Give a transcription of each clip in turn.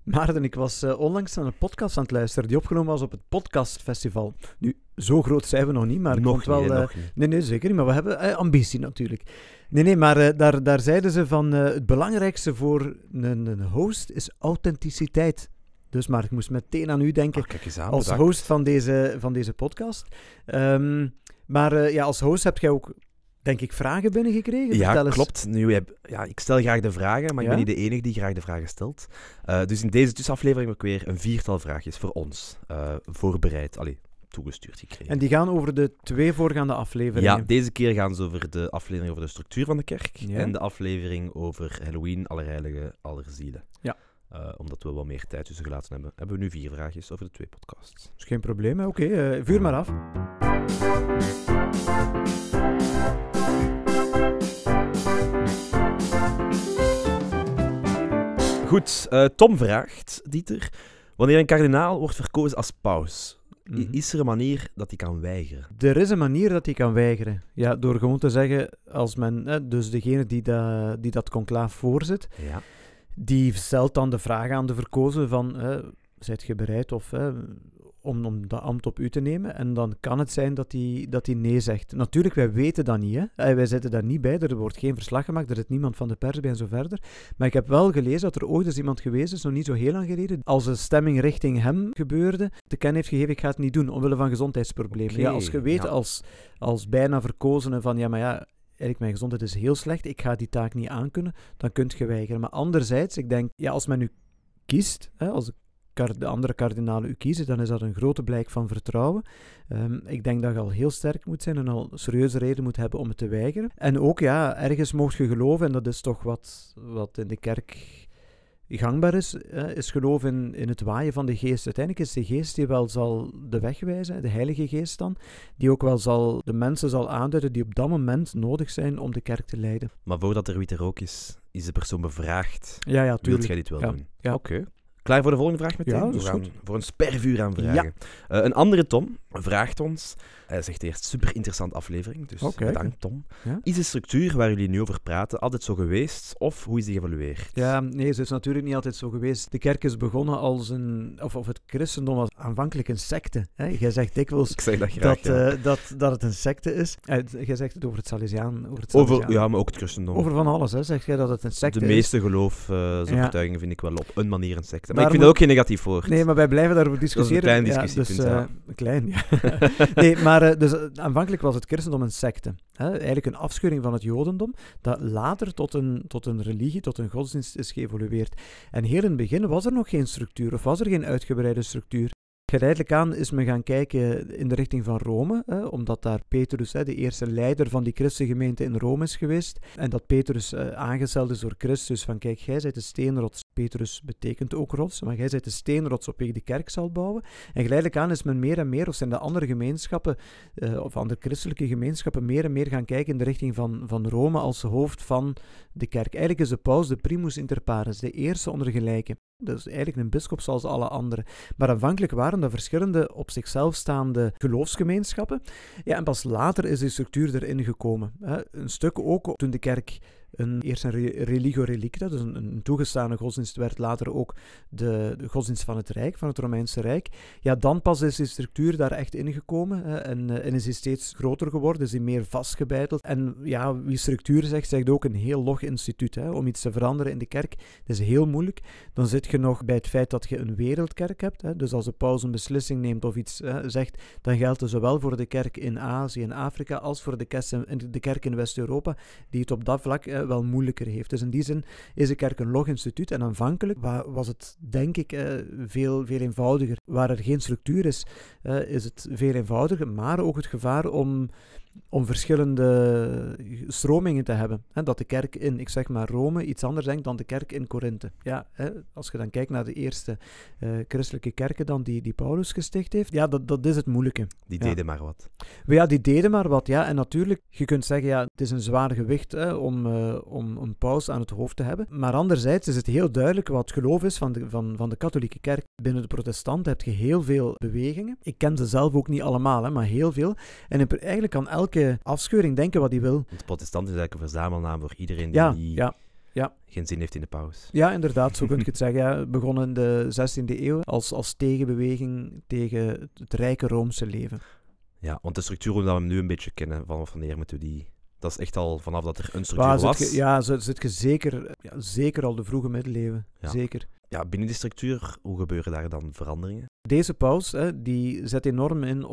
Maarten, ik was onlangs naar een podcast aan het luisteren die opgenomen was op het podcastfestival. Nu, zo groot zijn we nog niet, maar ik vond wel... nog niet. Nee, zeker niet, maar we hebben ambitie natuurlijk. Nee, maar daar zeiden ze van het belangrijkste voor een host is authenticiteit. Dus maar ik moest meteen aan u denken Kijk eens aan, als bedankt. host van deze podcast. Maar als host heb jij ook, denk ik, vragen binnengekregen? Ja, Vertel eens. klopt. Nu, ik stel graag de vragen, maar ik Ja? ben niet de enige die graag de vragen stelt. Dus in deze tussenaflevering heb ik weer een 4-tal vraagjes voor ons voorbereid. Toegestuurd gekregen. En die gaan over de 2 voorgaande afleveringen. Ja, deze keer gaan ze over de aflevering over de structuur van de kerk Ja. en de aflevering over Halloween, Allerheiligen, Allerzielen. Ja. Omdat we wat meer tijd tussen gelaten hebben, hebben we nu 4 vraagjes over de 2 podcasts. Is geen probleem, hè? Oké, vuur maar af. Goed, Tom vraagt, Dieter, wanneer een kardinaal wordt verkozen als paus, is er een manier dat hij kan weigeren? Er is een manier dat hij kan weigeren. Ja, door gewoon te zeggen, als men, dus degene die dat conclaaf voorzit, Ja. die stelt dan de vraag aan de verkozen van, zijt je bereid om dat ambt op u te nemen? En dan kan het zijn dat hij nee zegt. Natuurlijk, wij weten dat niet. Hè? Wij zitten daar niet bij. Er wordt geen verslag gemaakt. Er zit niemand van de pers bij en zo verder. Maar ik heb wel gelezen dat er ooit eens iemand geweest is, nog niet zo heel lang geleden, als een stemming richting hem gebeurde, te kennen heeft gegeven, ik ga het niet doen, omwille van gezondheidsproblemen. Oké, Ja, als je weet, ja. als bijna verkozene van, eigenlijk mijn gezondheid is heel slecht, ik ga die taak niet aankunnen, dan kun je weigeren. Maar anderzijds, ik denk, als men u kiest, als de andere kardinalen u kiezen, dan is dat een grote blijk van vertrouwen. Ik denk dat je al heel sterk moet zijn en al serieuze reden moet hebben om het te weigeren. En ook, ergens mocht je geloven, en dat is toch wat in de kerk gangbaar is geloof in het waaien van de geest. Uiteindelijk is de geest die wel zal de weg wijzen, de heilige geest dan, die ook wel de mensen zal aanduiden die op dat moment nodig zijn om de kerk te leiden. Maar voordat er witte rook is de persoon bevraagd. Ja, Wilt tuurlijk. jij dit wel doen? Ja. Oké. Klaar voor de volgende vraag meteen? Ja, dat We is gaan goed. voor een spervuur aan vragen. Een andere Tom vraagt ons, hij zegt eerst super interessante aflevering, dus Oké. bedankt Tom. Ja? Is de structuur waar jullie nu over praten altijd zo geweest of hoe is die geëvalueerd? Ja, nee, ze is natuurlijk niet altijd zo geweest. De kerk is begonnen als of het christendom was aanvankelijk een secte. Hè? Jij zegt dikwijls Ik zeg dat graag, ja. dat het een secte is. Jij zegt het over het Salesiaan. Over, maar ook het christendom. Over van alles, hè? Zeg jij dat het een secte de is. meeste geloofsovertuigingen Ja. vind ik wel op een manier een secte. Maar Daar ik vind moet- dat ook geen negatief woord. Nee, maar wij blijven daarover discussiëren. Dat is een klein discussiepunt, ja. Klein, ja. Nee, maar dus aanvankelijk was het christendom een secte. Hè? Eigenlijk een afscheuring van het jodendom, dat later tot een religie, tot een godsdienst is geëvolueerd. En heel in het begin was er nog geen structuur, of was er geen uitgebreide structuur. Geleidelijk aan is men gaan kijken in de richting van Rome, omdat daar Petrus, de eerste leider van die christengemeente in Rome is geweest. En dat Petrus aangesteld is door Christus van kijk, jij bent de steenrots. Petrus betekent ook rots, maar jij bent de steenrots op wie ik de kerk zal bouwen. En geleidelijk aan is men meer en meer, of zijn de andere gemeenschappen, of andere christelijke gemeenschappen, meer en meer gaan kijken in de richting van Rome als hoofd van de kerk. Eigenlijk is de paus de primus inter pares, de eerste onder gelijken. Dus eigenlijk een bisschop zoals alle anderen. Maar aanvankelijk waren er verschillende op zichzelf staande geloofsgemeenschappen. Ja, en pas later is die structuur erin gekomen. Een stuk ook toen de kerk eerst een religio relicta, dus een toegestane godsdienst, werd later ook de godsdienst van het Rijk, van het Romeinse Rijk. Ja, dan pas is die structuur daar echt ingekomen en is die steeds groter geworden, is die meer vastgebeiteld. En ja, wie structuur zegt ook een heel log instituut. Om iets te veranderen in de kerk, dat is heel moeilijk. Dan zit je nog bij het feit dat je een wereldkerk hebt. Dus als de paus een beslissing neemt of iets zegt, dan geldt het zowel voor de kerk in Azië en Afrika als voor de kerk in West-Europa, die het op dat vlak wel moeilijker heeft. Dus in die zin is de kerk een log instituut en aanvankelijk was het, denk ik, veel eenvoudiger. Waar er geen structuur is het veel eenvoudiger, maar ook het gevaar om verschillende stromingen te hebben. Dat de kerk in, ik zeg maar Rome, iets anders denkt dan de kerk in Korinthe. Ja, als je dan kijkt naar de eerste christelijke kerken dan die Paulus gesticht heeft, ja, dat is het moeilijke. Die deden maar wat. Ja, die deden maar wat, ja. En natuurlijk, je kunt zeggen, ja, het is een zwaar gewicht om een paus aan het hoofd te hebben. Maar anderzijds is het heel duidelijk wat het geloof is van de katholieke kerk. Binnen de protestanten heb je heel veel bewegingen. Ik ken ze zelf ook niet allemaal, maar heel veel. En eigenlijk kan elke afscheuring denken wat hij wil. Want protestant is eigenlijk een verzamelnaam voor iedereen Ja, die ja. Ja. geen zin heeft in de paus. Ja, inderdaad, zo kun je het zeggen. Ja. Begonnen in de 16e eeuw als tegenbeweging tegen het rijke Roomse leven. Ja, want de structuur hoe we hem nu een beetje kennen, vanaf wanneer moeten we die... Dat is echt al vanaf dat er een structuur was. Zit je zeker al de vroege middeleeuwen. Ja. Zeker. Ja, binnen die structuur, hoe gebeuren daar dan veranderingen? Deze paus, die zet enorm in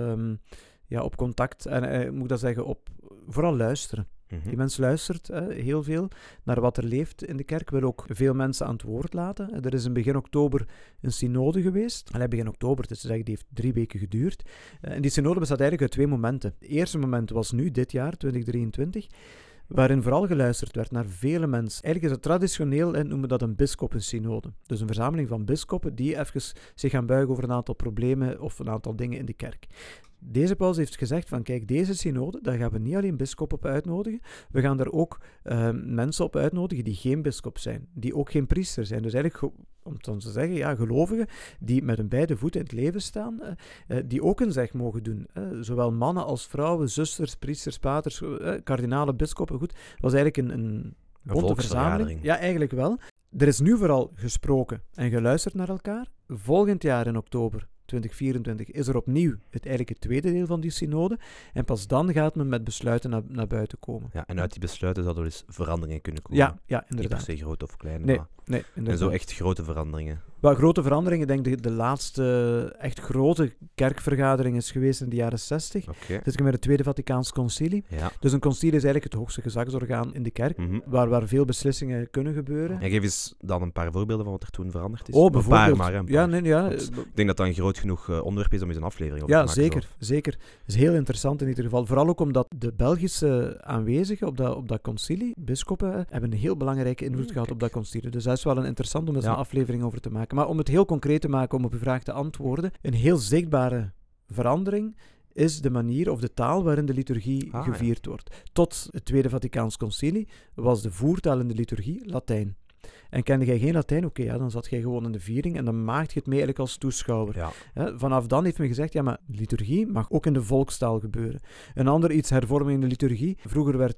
op contact en moet ik dat zeggen, op vooral luisteren. Die mens luistert heel veel naar wat er leeft in de kerk, wil ook veel mensen aan het woord laten. Er is in begin oktober een synode geweest. Begin oktober, dus die heeft 3 weken geduurd. En die synode bestaat eigenlijk uit 2 momenten. Het eerste moment was nu, dit jaar, 2023, waarin vooral geluisterd werd naar vele mensen. Eigenlijk is het traditioneel, en noemen we dat een bischopensynode. Dus een verzameling van bisschoppen die even zich gaan buigen over een aantal problemen of een aantal dingen in de kerk. Deze paus heeft gezegd van, kijk, deze synode, daar gaan we niet alleen bisschoppen op uitnodigen, we gaan daar ook mensen op uitnodigen die geen bisschop zijn, die ook geen priester zijn. Dus eigenlijk, om het dan te zeggen, ja, gelovigen die met hun beide voeten in het leven staan, die ook een zeg mogen doen. Zowel mannen als vrouwen, zusters, priesters, paters, kardinalen, bisschoppen, goed. Het was eigenlijk een bonte verzameling. Ja, eigenlijk wel. Er is nu vooral gesproken en geluisterd naar elkaar. Volgend jaar in oktober 2024 is er opnieuw het tweede deel van die synode. En pas dan gaat men met besluiten naar buiten komen. Ja, en uit die besluiten zouden wel eens veranderingen kunnen komen. Ja, inderdaad. Niet per se groot of klein, nee, maar... inderdaad. En zo echt grote veranderingen. Wel, grote veranderingen, ik denk de laatste echt grote kerkvergadering is geweest in de jaren 60. Okay. Dat is met het Tweede Vaticaans Concilie. Ja. Dus een concilie is eigenlijk het hoogste gezagsorgaan in de kerk, waar veel beslissingen kunnen gebeuren. En geef eens dan een paar voorbeelden van wat er toen veranderd is. Bijvoorbeeld. Een paar. Ja. Ik denk dat dat een groot genoeg onderwerp is om eens een aflevering over te maken. Zeker. Het is heel interessant in ieder geval. Vooral ook omdat de Belgische aanwezigen op dat concilie, bisschoppen, hebben een heel belangrijke invloed gehad op dat concilie. Dus dat is wel interessant om eens een aflevering over te maken. Maar om het heel concreet te maken, om op uw vraag te antwoorden, een heel zichtbare verandering is de manier of de taal waarin de liturgie gevierd wordt. Tot het Tweede Vaticaans Concilie was de voertaal in de liturgie Latijn. En kende jij geen Latijn? Oké, dan zat jij gewoon in de viering en dan maakt je het mee eigenlijk als toeschouwer. Ja. Vanaf dan heeft men gezegd, ja, maar liturgie mag ook in de volkstaal gebeuren. Een ander iets, hervorming in de liturgie. Vroeger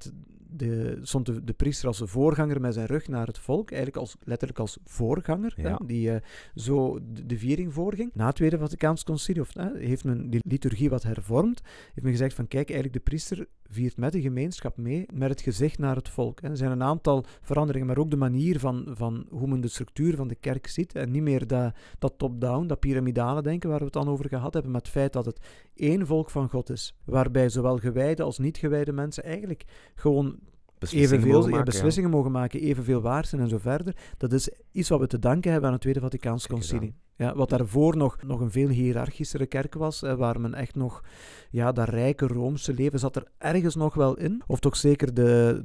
stond de priester als voorganger met zijn rug naar het volk, eigenlijk letterlijk als voorganger, die zo de viering voorging. Na het Tweede Vaticaans Concilie heeft men die liturgie wat hervormd, heeft men gezegd van kijk, eigenlijk de priester viert met de gemeenschap mee, met het gezicht naar het volk. Er zijn een aantal veranderingen, maar ook de manier van hoe men de structuur van de kerk ziet, en niet meer dat top-down, dat piramidale denken waar we het dan over gehad hebben, met het feit dat het één volk van God is, waarbij zowel gewijde als niet-gewijde mensen eigenlijk gewoon beslissingen mogen maken, evenveel waard zijn en zo verder. Dat is iets wat we te danken hebben aan het Tweede Vaticaans Concilie. Ja, wat daarvoor nog een veel hiërarchischere kerk was, waar men echt nog, dat rijke Roomse leven zat er ergens nog wel in. Of toch zeker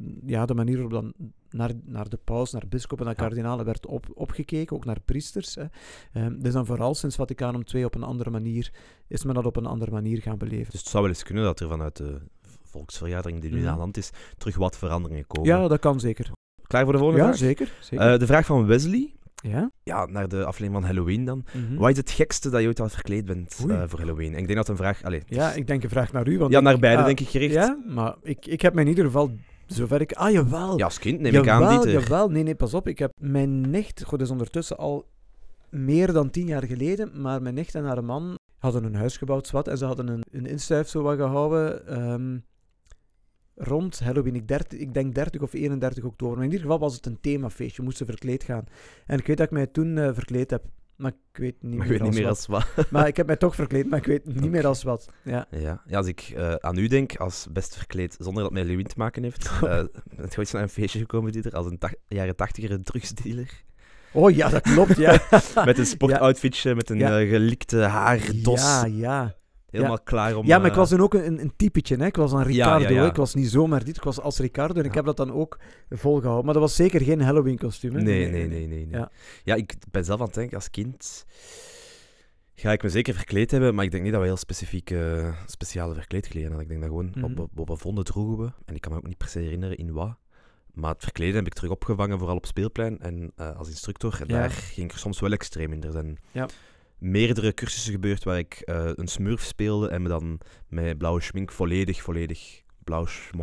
de manier waarop dan naar de paus, naar bisschoppen, naar kardinalen werd opgekeken, ook naar priesters. Dus dan vooral sinds Vaticanum II op een andere manier, is men dat op een andere manier gaan beleven. Dus het zou wel eens kunnen dat er vanuit de volksvergadering die nu aan de hand is, terug wat veranderingen komen. Ja, dat kan zeker. Klaar voor de volgende vraag? Ja, zeker. De vraag van Wesley. Ja? Ja, naar de aflevering van Halloween dan. Wat is het gekste dat je ooit al verkleed bent voor Halloween? En ik denk dat een vraag... ik denk een vraag naar u. Want naar beide denk ik gericht. Ja, maar ik heb mij in ieder geval... Zover ik... jawel. Ja, als kind neem ik aan, Dieter. Jawel, nee, pas op. Ik heb mijn nicht... Goed, dat is ondertussen al meer dan 10 jaar geleden, maar mijn nicht en haar man hadden een huis gebouwd, zwart, en ze hadden een instuif zo wat gehouden... rond Halloween, ik denk 30 of 31 oktober. Maar in ieder geval was het een themafeestje, moesten verkleed gaan. En ik weet dat ik mij toen verkleed heb, maar ik weet niet meer als wat. Maar ik heb mij toch verkleed, maar ik weet niet meer als wat. Ja, als ik aan u denk, als best verkleed, zonder dat het met Halloween te maken heeft, het is naar een feestje gekomen, Dieter, als een jaren 80er drugsdealer. Oh ja, dat klopt, ja. Met een sportoutfitje, met een gelikte haardos. Ja. Helemaal klaar om... Ja, maar ik was dan ook een typetje, hè. Ik was een Ricardo, Ja. Ik was niet zomaar dit, ik was als Ricardo en ik heb dat dan ook volgehouden. Maar dat was zeker geen Halloween-kostuum, hè. Nee. Ja, ik ben zelf aan het denken, als kind ga ik me zeker verkleed hebben, maar ik denk niet dat we heel speciale verkleedkleren hadden. Ik denk dat gewoon op een vonden droegen we, en ik kan me ook niet per se herinneren in wat. Maar het verkleden heb ik terug opgevangen, vooral op speelplein en als instructor. En daar ging ik soms wel extreem in. Er zijn meerdere cursussen gebeurd waar ik een smurf speelde en me dan met blauwe schmink volledig blauw schmonk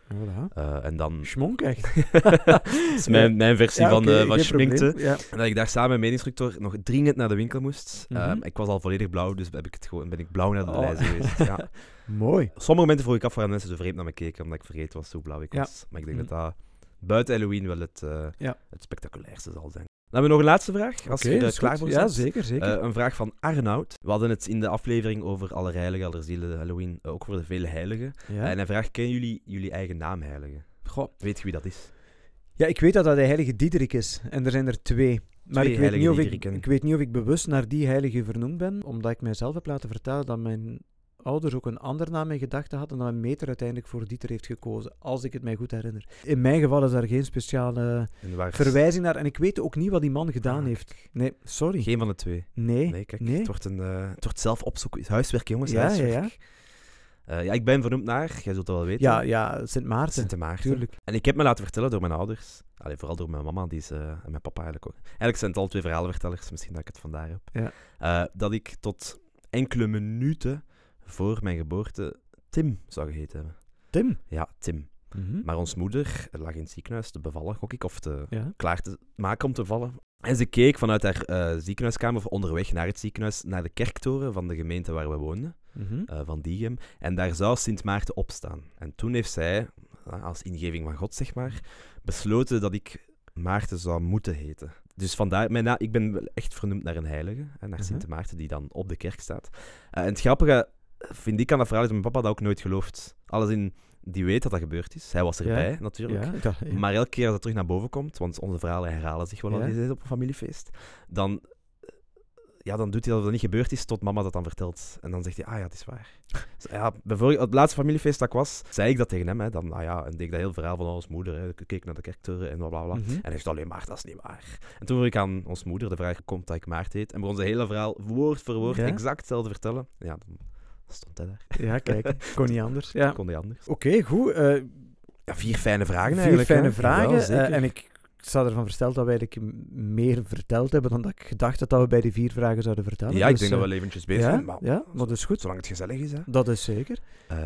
Voilà. En dan... Schmonk, echt. Dat is mijn versie van geen schminkte. probleem. Ja. En dat ik daar samen met mijn instructeur nog dringend naar de winkel moest. Mhm. Ik was al volledig blauw, dus ben ik blauw naar de lijst geweest. Ja. Mooi. Sommige momenten vroeg ik af waar mensen zo vreemd naar me keken, omdat ik vergeten was hoe blauw ik Ja. was. Maar ik denk Mhm. dat dat buiten Halloween wel het spectaculairste zal zijn. Dan hebben we nog een laatste vraag, als je Oké, er is klaar goed. voor Ja, bent. zeker, zeker. Een vraag van Arnoud. We hadden het in de aflevering over Allerheiligen, Allerzielen, Halloween, ook voor de vele heiligen. Ja. En hij vraagt, kennen jullie eigen naamheilige? Goh. Weet je wie dat is? Ja, ik weet dat de heilige Diederik is. En er zijn er 2. Maar Twee ik weet, niet heilige of Diederiken. ik weet niet of ik bewust naar die heilige vernoemd ben, omdat ik mijzelf heb laten vertellen dat mijn ouders ook een andere naam in gedachten hadden en dat mijn meter uiteindelijk voor Dieter heeft gekozen, als ik het mij goed herinner. In mijn geval is daar geen speciale En waar verwijzing naar. En ik weet ook niet wat die man gedaan Ah, heeft. Nee, sorry. Geen van de twee. Nee. Nee, kijk, Nee. het wordt zelf opzoeken. Huiswerk, jongens, Ja, huiswerk. ja, Ja, ik ben vernoemd naar, jij zult dat wel weten, Ja, Sint Maarten. Sint Maarten. Tuurlijk. En ik heb me laten vertellen door mijn ouders, vooral door mijn mama en mijn papa eigenlijk ook. Eigenlijk zijn het al 2 verhalenvertellers, misschien dat ik het vandaar heb. Ja. Dat ik tot enkele minuten voor mijn geboorte Tim zou geheten hebben. Tim. Ja, Tim. Mhm. Maar ons moeder lag in het ziekenhuis te bevallen, gok ik, of Ja. klaar te maken om te vallen. En ze keek vanuit haar ziekenhuiskamer, of onderweg naar het ziekenhuis, naar de kerktoren van de gemeente waar we woonden, Mhm. van Diegem. En daar zou Sint Maarten op staan. En toen heeft zij, als ingeving van God zeg maar, besloten dat ik Maarten zou moeten heten. Dus vandaar, ik ben wel echt vernoemd naar een heilige, naar Sint Maarten, die dan op de kerk staat. En het grappige vind ik aan dat verhaal is dat mijn papa dat ook nooit gelooft. Alles in, die weet dat dat gebeurd is. Hij was erbij, natuurlijk. Ja. Maar elke keer als dat terug naar boven komt, want onze verhalen herhalen zich wel Ja. al eens op een familiefeest, dan doet hij dat het niet gebeurd is, tot mama dat dan vertelt. En dan zegt hij, ja, het is waar. Dus, bijvoorbeeld, het laatste familiefeest dat ik was, zei ik dat tegen hem. Dan, en deed ik dat hele verhaal van ons moeder. Ik keek naar de kerktoren en blablabla. Mhm. En hij zegt alleen maar, dat is niet waar. En toen vroeg ik aan ons moeder de vraag, komt dat ik Maarten heet? En begon ze het hele verhaal woord voor woord exact hetzelfde vertellen. Ja, dan stond hij daar. Ja, kijk. Kon niet anders. Ja. Kon niet anders. Oké, goed. 4 fijne vragen 4 eigenlijk. fijne hè? vragen. Ja, zeker. En ik sta ervan versteld dat we eigenlijk meer verteld hebben dan dat ik gedacht had dat we bij die 4 vragen zouden vertellen. Ja, ik Dus, denk dat we wel eventjes bezig zijn. Maar dat is goed. zolang het gezellig is, hè. Dat is zeker.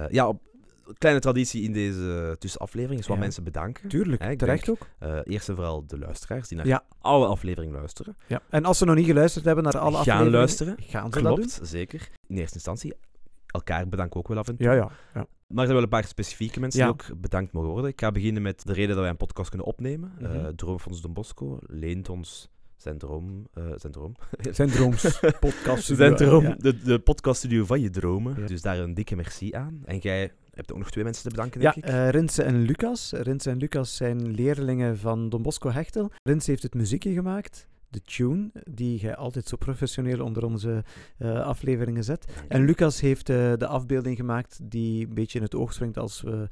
Kleine traditie in deze tussenaflevering is wat mensen bedanken. Tuurlijk, Ik terecht denk, ook. Eerst en vooral de luisteraars die naar alle afleveringen luisteren. Ja. En als ze nog niet geluisterd hebben naar alle afleveringen... luisteren. Gaan ze dat doen? Klopt, zeker. In eerste instantie. Elkaar bedanken ook wel af en toe. Ja. Maar er zijn wel een paar specifieke mensen die ook bedankt mogen worden. Ik ga beginnen met de reden dat wij een podcast kunnen opnemen. Droomfonds Don Bosco leent ons zijn droom. Zijn drooms podcast. Zijn droom. Ja. De podcaststudio van je dromen. Ja. Dus daar een dikke merci aan. En jij hebt ook nog 2 mensen te bedanken, denk ik. Rinse en Lucas. Rinse en Lucas zijn leerlingen van Don Bosco Hechtel. Rinse heeft het muziekje gemaakt. De tune, die jij altijd zo professioneel onder onze afleveringen zet. En Lucas heeft de afbeelding gemaakt die een beetje in het oog springt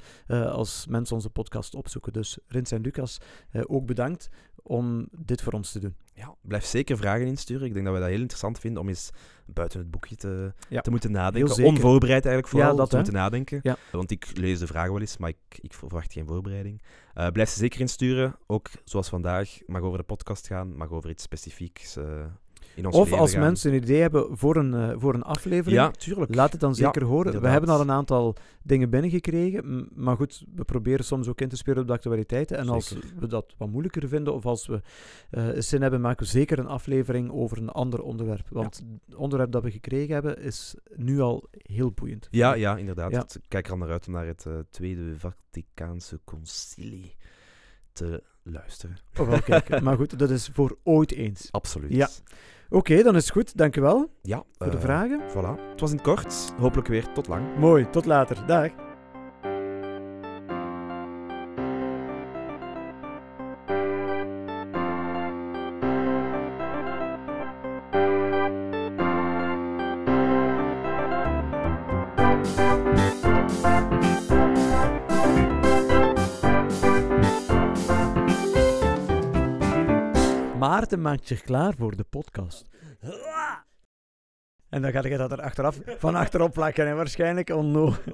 als mensen onze podcast opzoeken. Dus Rins en Lucas, ook bedankt om dit voor ons te doen. Ja, blijf zeker vragen insturen. Ik denk dat we dat heel interessant vinden om eens buiten het boekje te moeten nadenken. Onvoorbereid eigenlijk vooral, te moeten nadenken. Ja. Want ik lees de vragen wel eens, maar ik verwacht geen voorbereiding. Blijf ze zeker insturen. Ook zoals vandaag, mag over de podcast gaan, mag over iets specifieks in ons leven als gaan. mensen een idee hebben voor een aflevering, ja, tuurlijk. laat het dan zeker horen. Inderdaad. We hebben al een aantal dingen binnengekregen, maar goed, we proberen soms ook in te spelen op de actualiteiten. En als we dat wat moeilijker vinden, of als we zin hebben, maken we zeker een aflevering over een ander onderwerp. Want het onderwerp dat we gekregen hebben, is nu al heel boeiend. Ja, inderdaad. Ja. Ik kijk er al naar uit om naar het Tweede Vaticaanse Concilie te luisteren. Oh, wel kijken. Maar goed, dat is voor ooit eens. Absoluut. Ja. Oké, dan is het goed. Dank je wel voor de vragen. Voilà. Het was in het kort. Hopelijk weer tot lang. Mooi, tot later. Dag. Maarten maakt zich klaar voor de podcast. En dan ga je dat er van achterop plakken en waarschijnlijk